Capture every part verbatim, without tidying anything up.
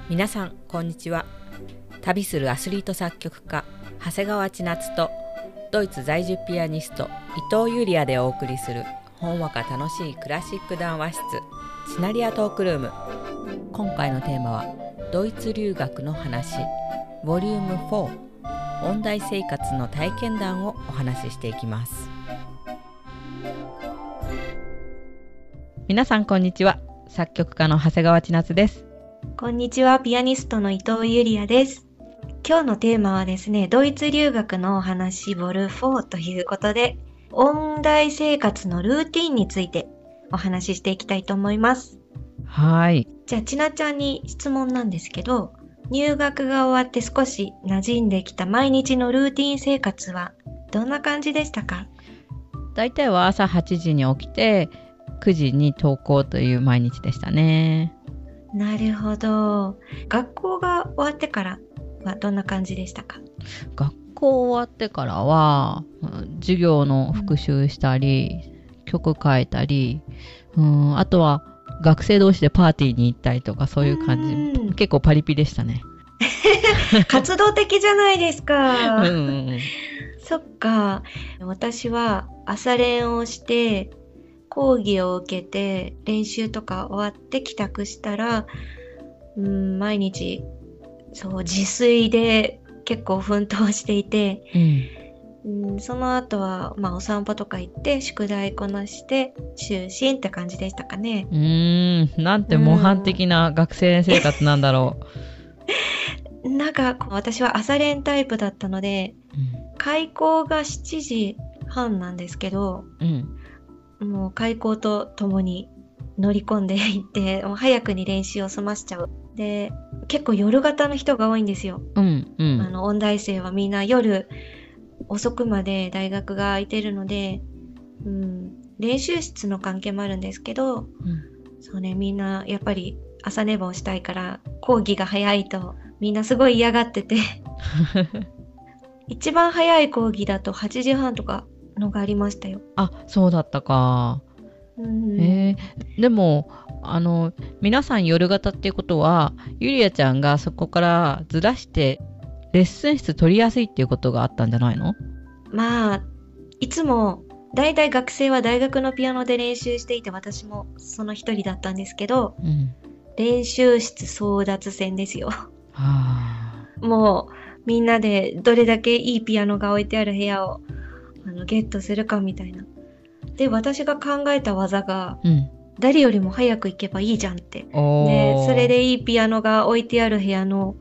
皆さんこんにちは。旅するアスリート作曲家長谷川千夏とドイツ在住ピアニスト伊藤ユリアでお送りするほんわか楽しいクラシック談話室シナリアトークルーム。今回のテーマはドイツ留学の話ボリュームフォー、音大生活の体験談をお話ししていきます。皆さんこんにちは。作曲家の長谷川千夏です。 こんにちは。ピアニストの伊藤ゆりあです。今日のテーマはですね、ドイツ留学のお話ボルフォーということで、音大生活のルーティンについてお話ししていきたいと思います。 はい。 じゃあちなちゃんに質問なんですけど、入学が終わって少し馴染んできた毎日のルーティン生活はどんな感じでしたか？ だいたいは朝はちじに起きてくじに登校という毎日でしたね。 なるほど。学校が終わってからはどんな感じでしたか？ 学校終わってからは授業の復習したり、うん、曲書いたり、うん、あとは学生同士でパーティーに行ったりとか、そういう感じ。うん、結構パリピでしたね。 活動的じゃないですか。 うんうん、 そっか。私は朝練をして講義を受けて練習とか終わって帰宅したら、うん、毎日そう自炊で結構奮闘していて、うんうん、その後は、まあ、お散歩とか行って宿題こなして就寝って感じでしたかね。 うーん、なんて模範的な学生生活なんだろう。なんか私は朝練タイプだったので、うん、開校がしちじはんなんですけど、うんもう開校とともに乗り込んでいってもう早くに練習を済ましちゃう。で結構夜型の人が多いんですよ、うんうん、あの音大生はみんな夜遅くまで大学が空いてるので、うん、練習室の関係もあるんですけど、うん、そうね、みんなやっぱり朝寝坊したいから講義が早いとみんなすごい嫌がってて一番早い講義だとはちじはんとかのがありましたよ。 あ、そうだったか。うん、えー、でもあの皆さん夜型っていうことはゆりあちゃんがそこからずらしてレッスン室取りやすいっていうことがあったんじゃないの？ まあいつもだいたい学生は大学のピアノで練習していて私もその一人だったんですけど、うん、練習室争奪戦ですよ。はあ、もうみんなでどれだけいいピアノが置いてある部屋をあのゲットするかみたいな。で私が考えた技が、うん、誰よりも早く行けばいいじゃんって。でそれでいいピアノが置いてある部屋の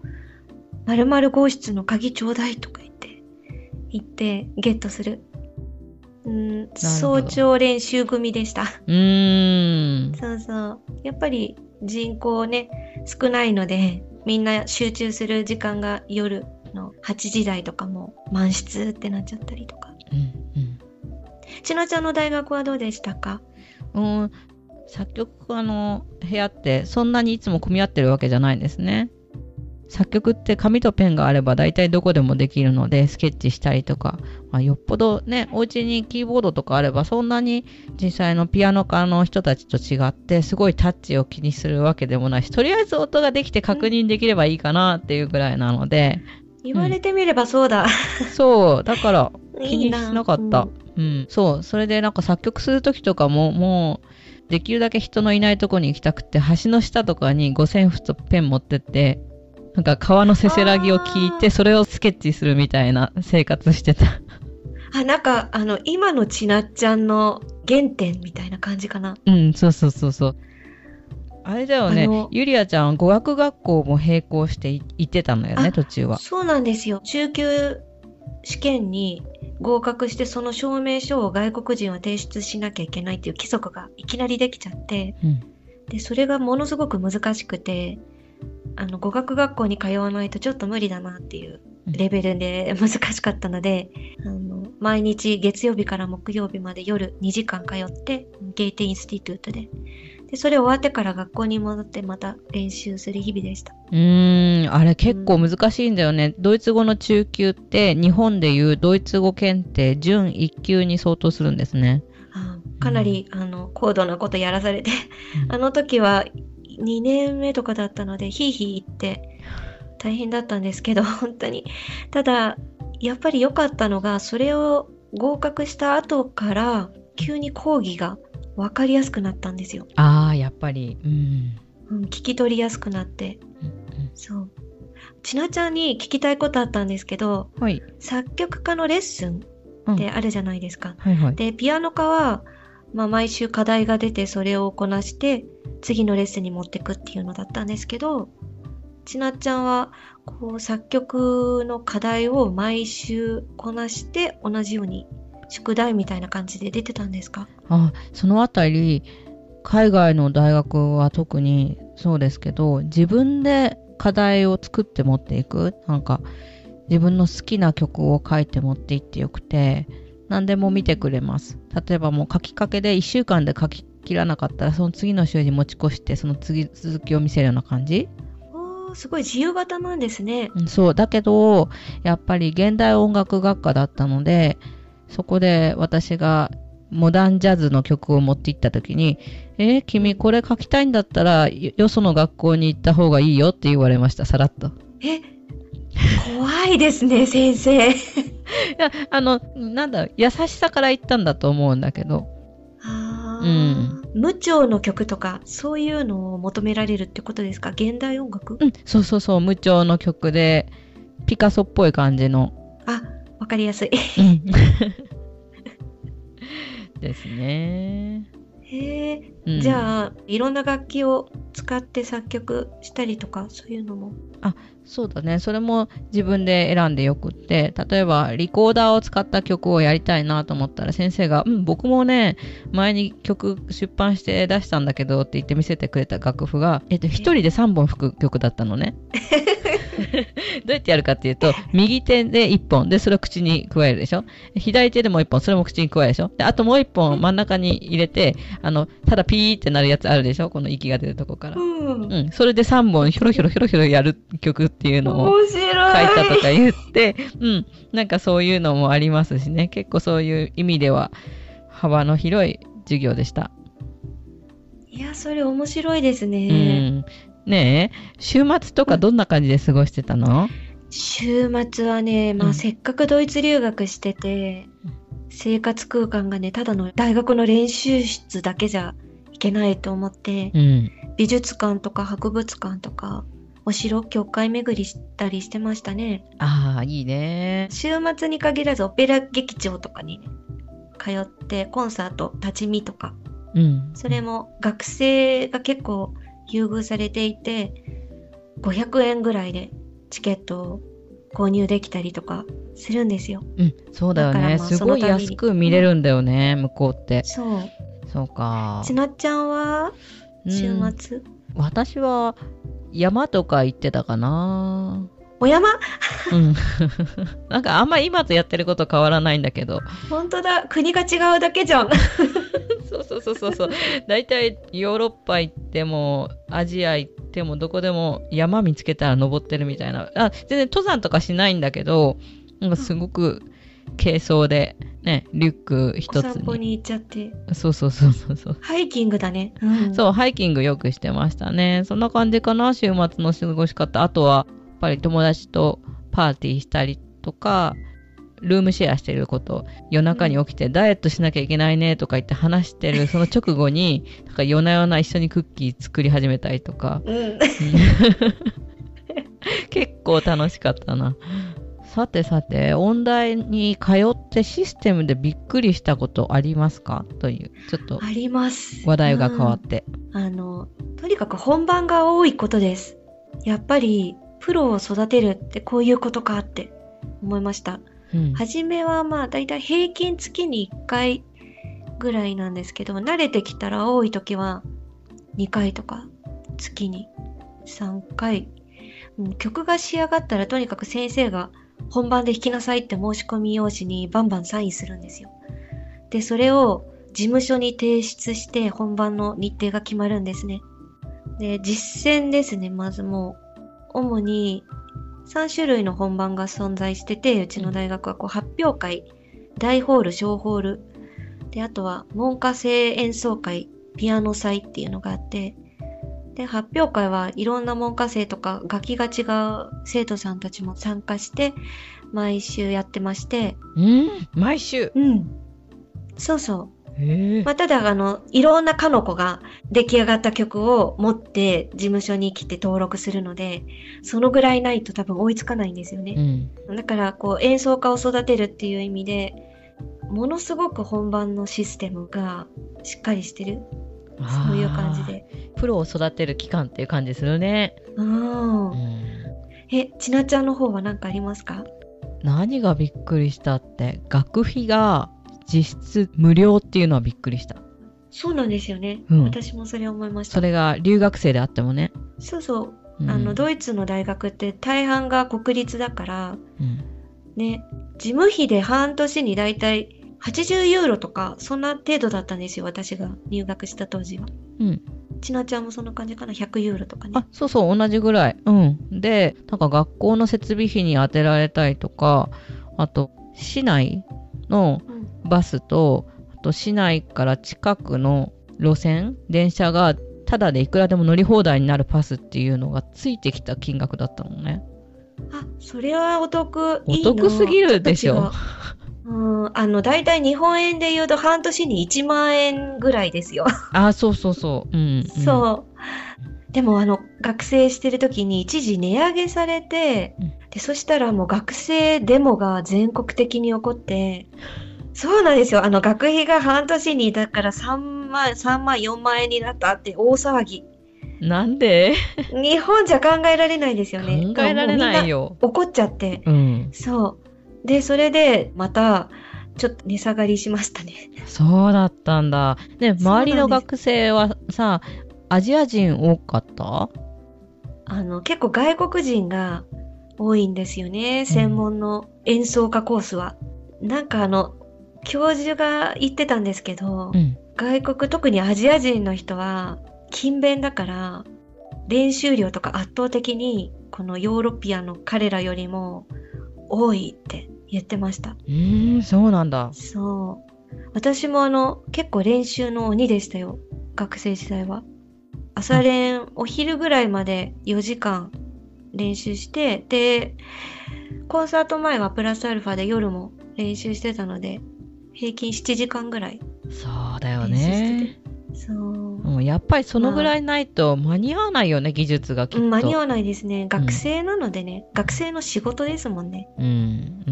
〇〇号室の鍵ちょうだいとか言って行ってゲットする。うん早朝練習組でした。うーんそうそうやっぱり人口ね少ないのでみんな集中する時間が夜のはちじ台とかも満室ってなっちゃったりとか。うんうん、ちなちゃんの大学はどうでしたか？ うん、作曲家の部屋ってそんなにいつも混み合ってるわけじゃないんですね。作曲って紙とペンがあれば大体どこでもできるのでスケッチしたりとか、まあ、よっぽどねお家にキーボードとかあればそんなに実際のピアノ科の人たちと違ってすごいタッチを気にするわけでもないし、とりあえず音ができて確認できればいいかなっていうぐらいなので、 うん、言われてみればそうだ、 うん、そうだから気にしなかった。いいうんうん、そうそれでなんか作曲する時とかももうできるだけ人のいないとこに行きたくて橋の下とかに五線譜とペン持ってってなんか川のせせらぎを聞いてそれをスケッチするみたいな生活してた。 あなんかあの今のちなっちゃんの原点みたいな感じかな。 うんそうそうそうそうあれだよね、ゆりあちゃん語学学校も並行して行ってたのよね途中は。 そうなんですよ。中級試験に合格してその証明書を外国人は提出しなきゃいけないっていう規則がいきなりできちゃって、うん、でそれがものすごく難しくてあの語学学校に通わないとちょっと無理だなっていうレベルで難しかったので、うん、あの毎日月曜日から木曜日まで夜にじかん通ってゲーテインスティトゥートででそれ終わってから学校に戻ってまた練習する日々でした。 うーんあれ結構難しいんだよね、うん、ドイツ語の中級って日本でいうドイツ語検定準いっ級に相当するんですね。 あかなり、うん、あの高度なことやらされて、うん、あの時はにねんめとかだったので、ひいひい言って大変だったんですけど、本当に。ただ、やっぱり良かったのが、それを合格した後から、急に講義が分かりやすくなったんですよ。 ああ、やっぱり。うん。 うん、聞き取りやすくなって。うんうん、そう。ちなちゃんに聞きたいことあったんですけど、はい、作曲家のレッスンってあるじゃないですか。うんはいはい、で、ピアノ科は、まあ、毎週課題が出てそれをこなして次のレッスンに持ってくっていうのだったんですけど、ちなちゃんはこう作曲の課題を毎週こなして同じように宿題みたいな感じで出てたんですか？ あ、そのあたり海外の大学は特にそうですけど、自分で課題を作って持っていく、なんか自分の好きな曲を書いて持っていってよくて、何でも見てくれます。例えばもう書きかけでいっしゅうかんで書き切らなかったら、その次の週に持ち越して、その次続きを見せるような感じ。 おー、すごい自由形なんですね。 そう、だけど、やっぱり現代音楽学科だったので、そこで私がモダンジャズの曲を持って行った時に、えー、君これ書きたいんだったら、よその学校に行った方がいいよって言われました、さらっと。 え怖いですね、先生。いや、あの、なんだ、優しさから言ったんだと思うんだけど。 あうん、無調の曲とか、そういうのを求められるってことですか？現代音楽？ うん、そうそうそう、無調の曲で、ピカソっぽい感じの。 あ、わかりやすい。 うん、ですね。 へえ、うん、じゃあいろんな楽器を使って作曲したりとかそういうのも？ あ、そうだね。それも自分で選んでよくって、例えばリコーダーを使った曲をやりたいなと思ったら先生が、うん、僕もね、前に曲出版して出したんだけどって言って見せてくれた楽譜が、えっと、一人でさんぼん吹く曲だったのね。どうやってやるかっていうと、右手でいっぽんで、それを口に加えるでしょ。左手でもういっぽん、それも口に加えるでしょ。で、あともういっぽん真ん中に入れて、あの、ただピーってなるやつあるでしょ、この息が出るとこから。うん。うん。それでさんぼんひょろひょろひょろひょろやる曲っていうのを書いたとか言って、うん。なんかそういうのもありますしね。結構そういう意味では幅の広い授業でした。 いや、それ面白いですね。うん。 ねえ、週末とかどんな感じで過ごしてたの？ 週末はね、まあ、うん、せっかくドイツ留学してて、生活空間がね、ただの大学の練習室だけじゃいけないと思って、うん、美術館とか博物館とか、お城、教会巡りしたりしてましたね。 ああ、いいね。 週末に限らずオペラ劇場とかに、ね、通って、コンサート、立ち見とか、うん、それも学生が結構優遇されていて、ごひゃくえんぐらいでチケットを購入できたりとかするんですよ。 うん、そうだよね。すごい安く見れるんだよね、うん、向こうって。 そう。 そうか。 ちなっちゃんは週末、うん、 私は山とか行ってたかな。 お山うん。なんかあんま今とやってること変わらないんだけど。 本当だ。国が違うだけじゃん。 そうそうそうそうそう。だいたいヨーロッパ行ってもアジア行ってもどこでも山見つけたら登ってるみたいな。あ、全然登山とかしないんだけど、なんかすごく軽装でね、リュック一つに。お散歩に行っちゃって。 そうそうそうそうそう。 ハイキングだね。 うん、そう、ハイキングよくしてましたね。そんな感じかな、週末の過ごし方。あとは、やっぱり友達とパーティーしたりとか、ルームシェアしてること、夜中に起きてダイエットしなきゃいけないねとか言って話してる、その直後に、なんか夜な夜な一緒にクッキー作り始めたりとか。うん、結構楽しかったな。さてさて、音大に通ってシステムでびっくりしたことありますか？という、ちょっと。 あります。 話題が変わって、 うん。あの、とにかく本番が多いことです。やっぱり、プロを育てるってこういうことかって思いました。うん、初めはまあだいたい平均月にいっかいぐらいなんですけど、慣れてきたら多い時はにかいとか月にさんかい、うん、曲が仕上がったらとにかく先生が本番で弾きなさいって申し込み用紙にバンバンサインするんですよ。で、それを事務所に提出して本番の日程が決まるんですね。で、実践ですね。まずもう主にさんしゅるいの本番が存在してて、うちの大学はこう発表会、大ホール、小ホール、で、あとは門下生演奏会、ピアノ祭っていうのがあって、 で、発表会はいろんな門下生とか楽器が違う生徒さんたちも参加して、毎週やってまして。 うん、毎週。 うん。そうそう。 へえ。 まあ、ただ、あの、いろんな科の子が出来上がった曲を持って事務所に来て登録するので、そのぐらいないと多分追いつかないんですよね。うん、だから、こう、演奏家を育てるっていう意味で、ものすごく本番のシステムがしっかりしてる。そういう感じで。 プロを育てる期間っていう感じするね。 うん。え、ちなちゃんの方は何かありますか？ 何がびっくりしたって、学費が実質無料っていうのはびっくりした。 そうなんですよね。うん、私もそれ思いました。 それが留学生であってもね。 そうそう。うん、あの、ドイツの大学って大半が国立だから、うん、ね、事務費で半年にだいたいはちじゅうユーロとか、そんな程度だったんですよ、私が入学した当時は。うん。ちなちゃんもそんな感じかな？ ひゃく ユーロとかね。 あ、そうそう、同じぐらい。うん。で、なんか学校の設備費に当てられたりとか、あと、市内のバスと、うん、あと市内から近くの路線、電車がタダでいくらでも乗り放題になるパスっていうのがついてきた金額だったのね。 あ、それはお得。 お得すぎるでしょ。 うん、あの、だいたい日本円で言うと半年にいちまんえんぐらいですよ。 あ、そうそうそう。うん、うん、 そう。でも、あの、学生してる時に一時値上げされて、うん、で、そしたらもう学生デモが全国的に起こって、そうなんですよ。あの、学費が半年に、だからさんまん、さんまん、よんまんえんになったって大騒ぎ。 なんで？ 日本じゃ考えられないですよね。 考えられないよ。 怒っちゃって。うん、そう。で、それで、また、ちょっと値下がりしましたね。 そうだったんだ。ね、周りの学生はさ、アジア人多かった？ あの、結構外国人が多いんですよね。専門の演奏家コースは。うん、なんかあの、教授が言ってたんですけど、うん、外国、特にアジア人の人は、勤勉だから、練習量とか圧倒的に、このヨーロピアの彼らよりも多いって言ってました。 うーん、そうなんだ。 そう。私もあの、結構練習の鬼でしたよ。学生時代は。朝練、お昼ぐらいまでよじかん練習して、で、コンサート前はプラスアルファで夜も練習してたので、平均しちじかんぐらい。 そうだよね。 そう。 もうやっぱりそのぐらいないと間に合わないよね、まあ、技術がきっと。 間に合わないですね。学生なのでね、うん、学生の仕事ですもんね。 うん。うん。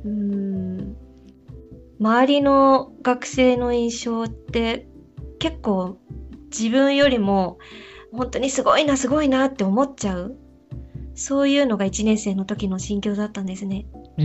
うーん。周りの学生の印象って結構自分よりも本当にすごいなすごいなって思っちゃう。そういうのがいちねん生の時の心境だったんですね。 うん。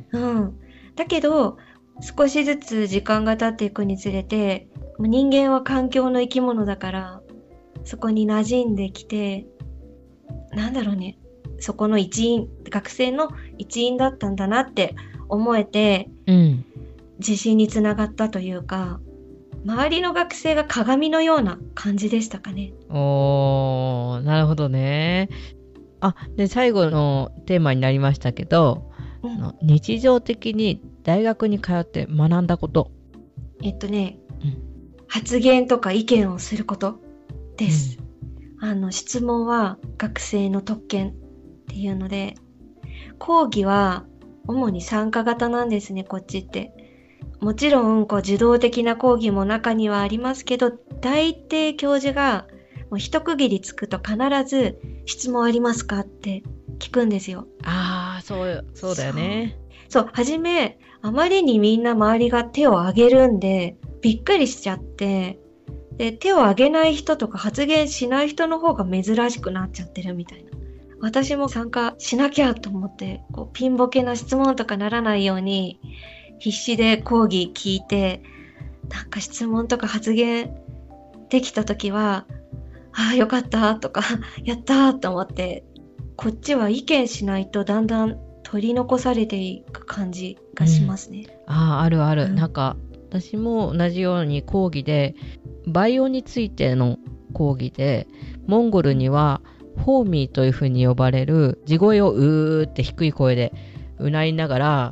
うん。うん。だけど、少しずつ時間が経っていくにつれて、人間は環境の生き物だから、そこに馴染んできて、なんだろうね、そこの一員、学生の一員だったんだなって思えて、うん、自信につながったというか、周りの学生が鏡のような感じでしたかね。 おー、なるほどね。あ、で、最後のテーマになりましたけど、うん、日常的に大学に通って学んだこと。 えっとね、うん、発言とか意見をすることです。うん、あの、質問は学生の特権っていうので、講義は主に参加型なんですね、こっちって。もちろん、こう、受動的な講義も中にはありますけど、大抵教授がもう一区切りつくと必ず質問ありますかって聞くんですよ。 ああ、そう、そうだよね。 そう、はじめ、あまりにみんな周りが手を挙げるんで、びっくりしちゃって、で、手を挙げない人とか発言しない人の方が珍しくなっちゃってるみたいな。私も参加しなきゃと思って、こうピンボケな質問とかならないように、必死で講義聞いて、なんか質問とか発言できたときは、ああ、よかったとか、やったと思って、こっちは意見しないとだんだん取り残されていく感じがしますね。 うん、ああ、あるある。うん、なんか、私も同じように講義で、バイオについての講義で、モンゴルには、ホーミーというふうに呼ばれる地声をうーって低い声でうなりながら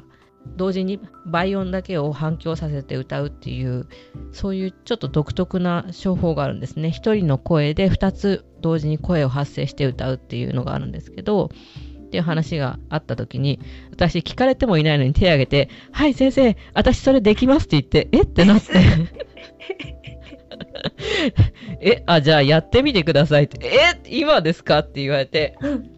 同時に倍音だけを反響させて歌うっていう、そういうちょっと独特な手法があるんですね。一人の声で二つ同時に声を発声して歌うっていうのがあるんですけど、っていう話があった時に、私聞かれてもいないのに手を挙げて、はい先生、私それできますって言って、えってなってえ、あ、じゃあやってみてくださいって、え、今ですかって言われて、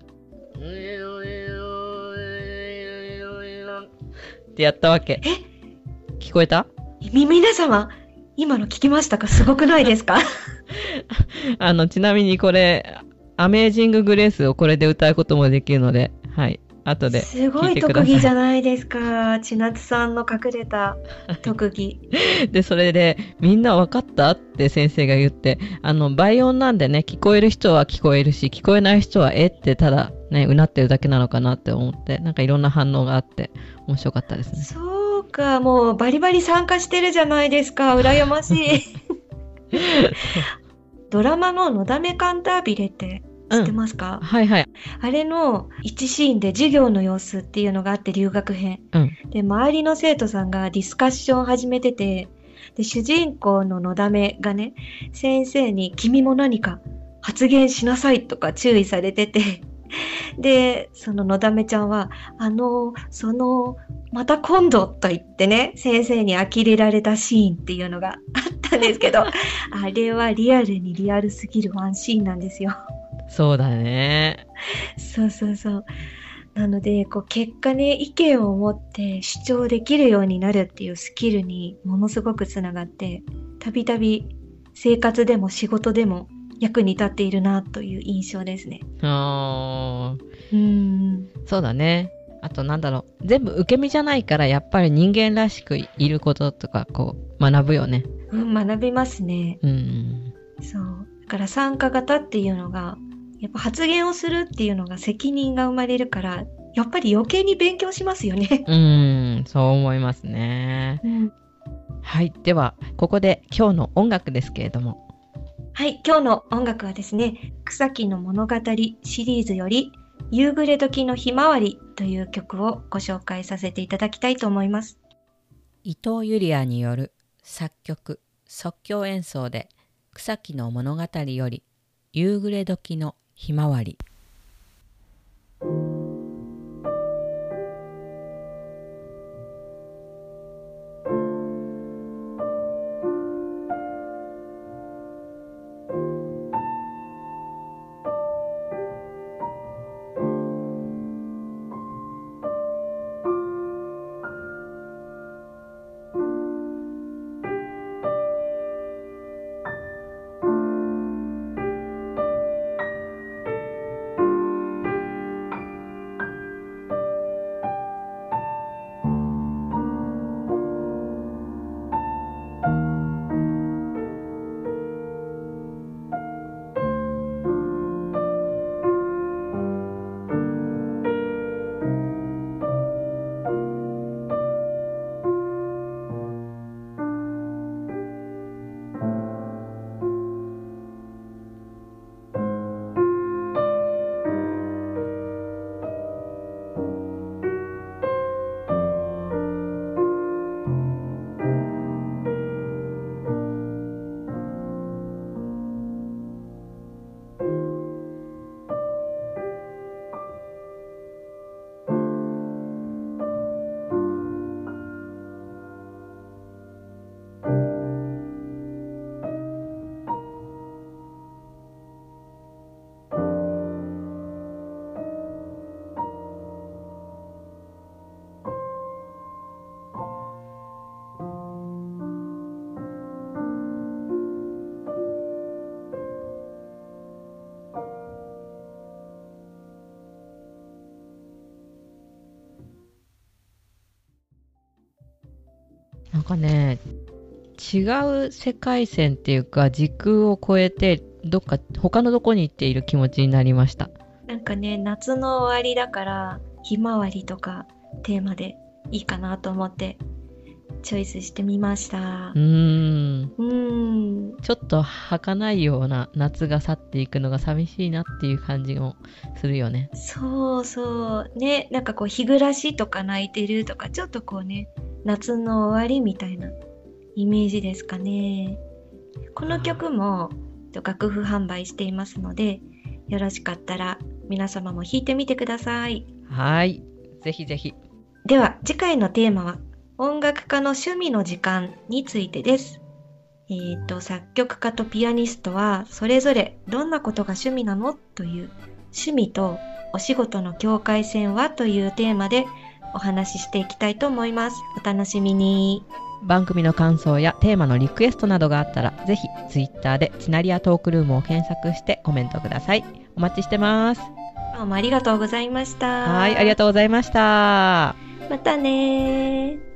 ってやったわけ。 え、 聞こえた？ み、皆様、今の聞きましたか？すごくないですか？ あの、ちなみにこれ、アメージンググレースをこれで歌うこともできるので、はい。後で聞いてください。 すごい特技じゃないですか。千夏さんの隠れた特技。 で、それで、みんな分かったって先生が言って、あの、倍音なんでね、聞こえる人は聞こえるし、聞こえない人はえってただね、うなってるだけなのかなって思って、なんかいろんな反応があって、面白かったですね。 そうか、もうバリバリ参加してるじゃないですか。羨ましい。ドラマののだめカンタービレって知ってますか？ うん、はいはい。 あれの一シーンで授業の様子っていうのがあって、留学編。うん、で、周りの生徒さんがディスカッションを始めてて、で、主人公ののだめがね、先生に君も何か発言しなさいとか注意されてて、で、そののだめちゃんは、あの、その、また今度と言ってね、先生に呆れられたシーンっていうのがあったんですけど、あれはリアルにリアルすぎるワンシーンなんですよ。 そうだね。 そうそうそう。なので、こう結果ね、意見を持って主張できるようになるっていうスキルにものすごくつながって、たびたび生活でも仕事でも役に立っているなという印象ですね。 あー。うーん。 そうだね。あとなんだろう。全部受け身じゃないから、やっぱり人間らしくいることとか、こう、学ぶよね。 うん、学びますね。 うん。 そう。だから参加型っていうのが、やっぱ発言をするっていうのが責任が生まれるから、やっぱり余計に勉強しますよね。 うーん、そう思いますね。 うん、 はい。では、ここで今日の音楽ですけれども。 はい。今日の音楽はですね、草木の物語シリーズより、夕暮れ時のひまわりという曲をご紹介させていただきたいと思います。 伊藤ゆりやによる作曲、即興演奏で、草木の物語より、夕暮れ時のひまわり。なんかね、違う世界線っていうか時空を超えてどっか他のどこに行っている気持ちになりました。 なんかね、夏の終わりだからひまわりとかテーマでいいかなと思ってチョイスしてみました。うーん。 うーん。 ちょっと儚いような夏が去っていくのが寂しいなっていう感じもするよね。 そうそうね、なんかこう日暮らしとか泣いてるとか、ちょっとこうね、夏の終わりみたいなイメージですかね。この曲も楽譜販売していますので、よろしかったら皆様も弾いてみてください。 はい、ぜひぜひ。 では次回のテーマは音楽家の趣味の時間についてです。えーと、作曲家とピアニストはそれぞれどんなことが趣味なのという趣味とお仕事の境界線はというテーマでお話ししていきたいと思います。お楽しみに。 番組の感想やテーマのリクエストなどがあったら、ぜひツイッターでチナリアトークルームを検索してコメントください。お待ちしてます。 どうもありがとうございました。 はい、ありがとうございました。 またねー。